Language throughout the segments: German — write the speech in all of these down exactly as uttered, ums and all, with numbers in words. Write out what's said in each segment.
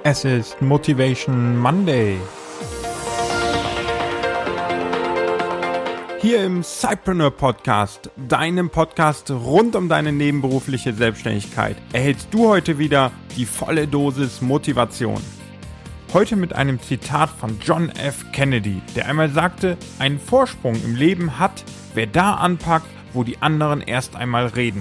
Es ist Motivation Monday. Hier im Cypreneur Podcast, deinem Podcast rund um deine nebenberufliche Selbstständigkeit, erhältst du heute wieder die volle Dosis Motivation. Heute mit einem Zitat von John F. Kennedy, der einmal sagte, einen Vorsprung im Leben hat, wer da anpackt, wo die anderen erst einmal reden.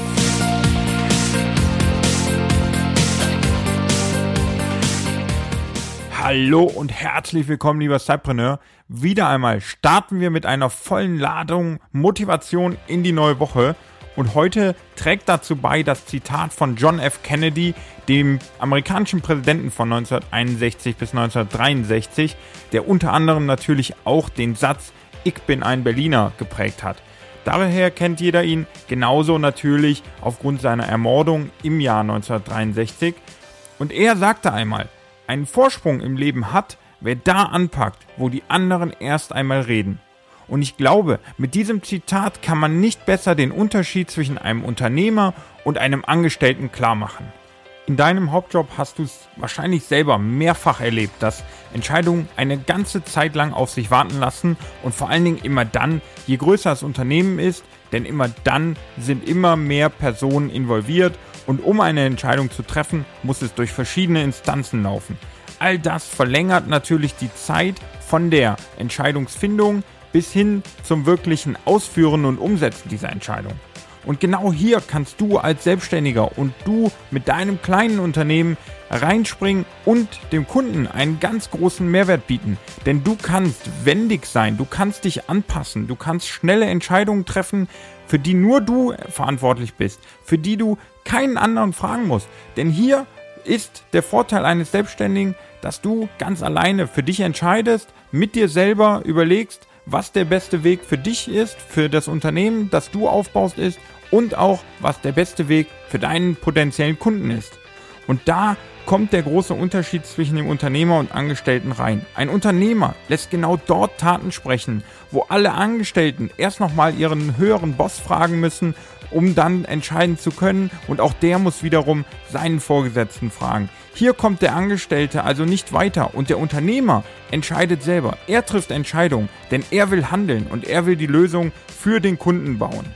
Hallo und herzlich willkommen, lieber Cypreneur. Wieder einmal starten wir mit einer vollen Ladung Motivation in die neue Woche. Und heute trägt dazu bei das Zitat von John F. Kennedy, dem amerikanischen Präsidenten von neunzehnhunderteinundsechzig bis neunzehnhundertdreiundsechzig, der unter anderem natürlich auch den Satz "Ich bin ein Berliner" geprägt hat. Daher kennt jeder ihn, genauso natürlich aufgrund seiner Ermordung im Jahr neunzehnhundertdreiundsechzig. Und er sagte einmal, einen Vorsprung im Leben hat, wer da anpackt, wo die anderen erst einmal reden. Und ich glaube, mit diesem Zitat kann man nicht besser den Unterschied zwischen einem Unternehmer und einem Angestellten klar machen. In deinem Hauptjob hast du es wahrscheinlich selber mehrfach erlebt, dass Entscheidungen eine ganze Zeit lang auf sich warten lassen und vor allen Dingen immer dann, je größer das Unternehmen ist, denn immer dann sind immer mehr Personen involviert und um eine Entscheidung zu treffen, muss es durch verschiedene Instanzen laufen. All das verlängert natürlich die Zeit von der Entscheidungsfindung bis hin zum wirklichen Ausführen und Umsetzen dieser Entscheidung. Und genau hier kannst du als Selbstständiger und du mit deinem kleinen Unternehmen reinspringen und dem Kunden einen ganz großen Mehrwert bieten. Denn du kannst wendig sein, du kannst dich anpassen, du kannst schnelle Entscheidungen treffen, für die nur du verantwortlich bist, für die du keinen anderen fragen musst. Denn hier ist der Vorteil eines Selbstständigen, dass du ganz alleine für dich entscheidest, mit dir selber überlegst, was der beste Weg für dich ist, für das Unternehmen, das du aufbaust ist und auch, was der beste Weg für deinen potenziellen Kunden ist. Und da kommt der große Unterschied zwischen dem Unternehmer und Angestellten rein. Ein Unternehmer lässt genau dort Taten sprechen, wo alle Angestellten erst nochmal ihren höheren Boss fragen müssen, um dann entscheiden zu können, und auch der muss wiederum seinen Vorgesetzten fragen. Hier kommt der Angestellte also nicht weiter und der Unternehmer entscheidet selber. Er trifft Entscheidungen, denn er will handeln und er will die Lösung für den Kunden bauen.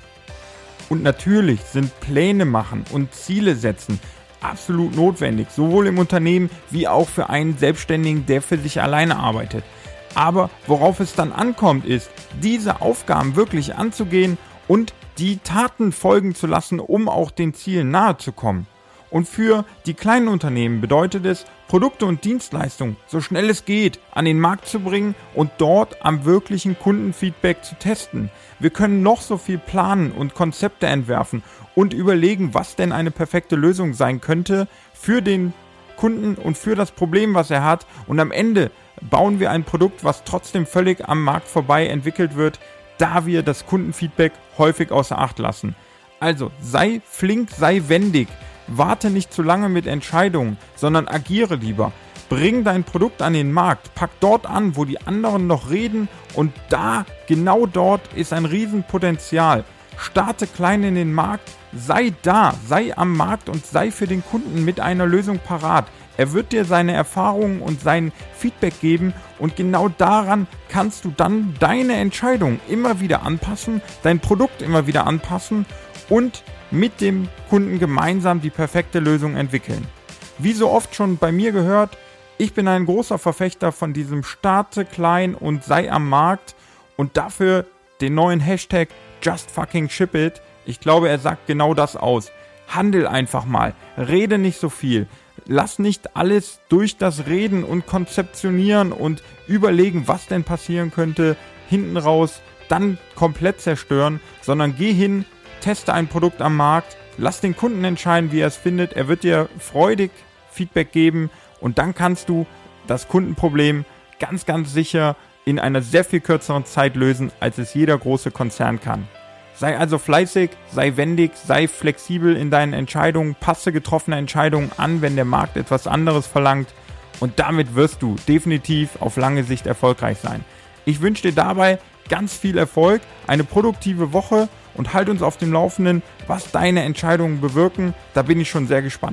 Und natürlich sind Pläne machen und Ziele setzen absolut notwendig, sowohl im Unternehmen wie auch für einen Selbstständigen, der für sich alleine arbeitet. Aber worauf es dann ankommt, ist, diese Aufgaben wirklich anzugehen und die Taten folgen zu lassen, um auch den Zielen nahe zu kommen. Und für die kleinen Unternehmen bedeutet es, Produkte und Dienstleistungen so schnell es geht an den Markt zu bringen und dort am wirklichen Kundenfeedback zu testen. Wir können noch so viel planen und Konzepte entwerfen und überlegen, was denn eine perfekte Lösung sein könnte für den Kunden und für das Problem, was er hat. Und am Ende bauen wir ein Produkt, was trotzdem völlig am Markt vorbei entwickelt wird, da wir das Kundenfeedback häufig außer Acht lassen. Also sei flink, sei wendig. Warte nicht zu lange mit Entscheidungen, sondern agiere lieber. Bring dein Produkt an den Markt, pack dort an, wo die anderen noch reden, und da, genau dort ist ein Riesenpotenzial. Starte klein in den Markt, sei da, sei am Markt und sei für den Kunden mit einer Lösung parat. Er wird dir seine Erfahrungen und sein Feedback geben und genau daran kannst du dann deine Entscheidung immer wieder anpassen, dein Produkt immer wieder anpassen und mit dem Kunden gemeinsam die perfekte Lösung entwickeln. Wie so oft schon bei mir gehört, ich bin ein großer Verfechter von diesem Starte klein und sei am Markt und dafür den neuen Hashtag Just Fucking Ship It. Ich glaube, er sagt genau das aus. Handel einfach mal, rede nicht so viel. Lass nicht alles durch das Reden und Konzeptionieren und überlegen, was denn passieren könnte, hinten raus dann komplett zerstören, sondern geh hin, teste ein Produkt am Markt, lass den Kunden entscheiden, wie er es findet. Er wird dir freudig Feedback geben und dann kannst du das Kundenproblem ganz, ganz sicher in einer sehr viel kürzeren Zeit lösen, als es jeder große Konzern kann. Sei also fleißig, sei wendig, sei flexibel in deinen Entscheidungen, passe getroffene Entscheidungen an, wenn der Markt etwas anderes verlangt, und damit wirst du definitiv auf lange Sicht erfolgreich sein. Ich wünsche dir dabei ganz viel Erfolg, eine produktive Woche und halt uns auf dem Laufenden, was deine Entscheidungen bewirken. Da bin ich schon sehr gespannt.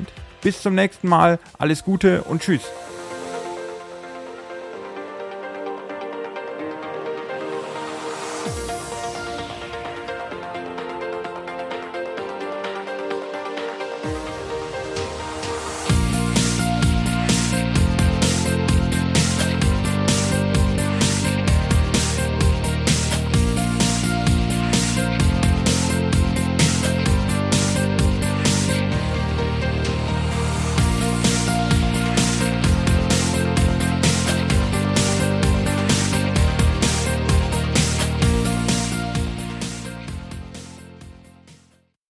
Bis zum nächsten Mal. Alles Gute und tschüss.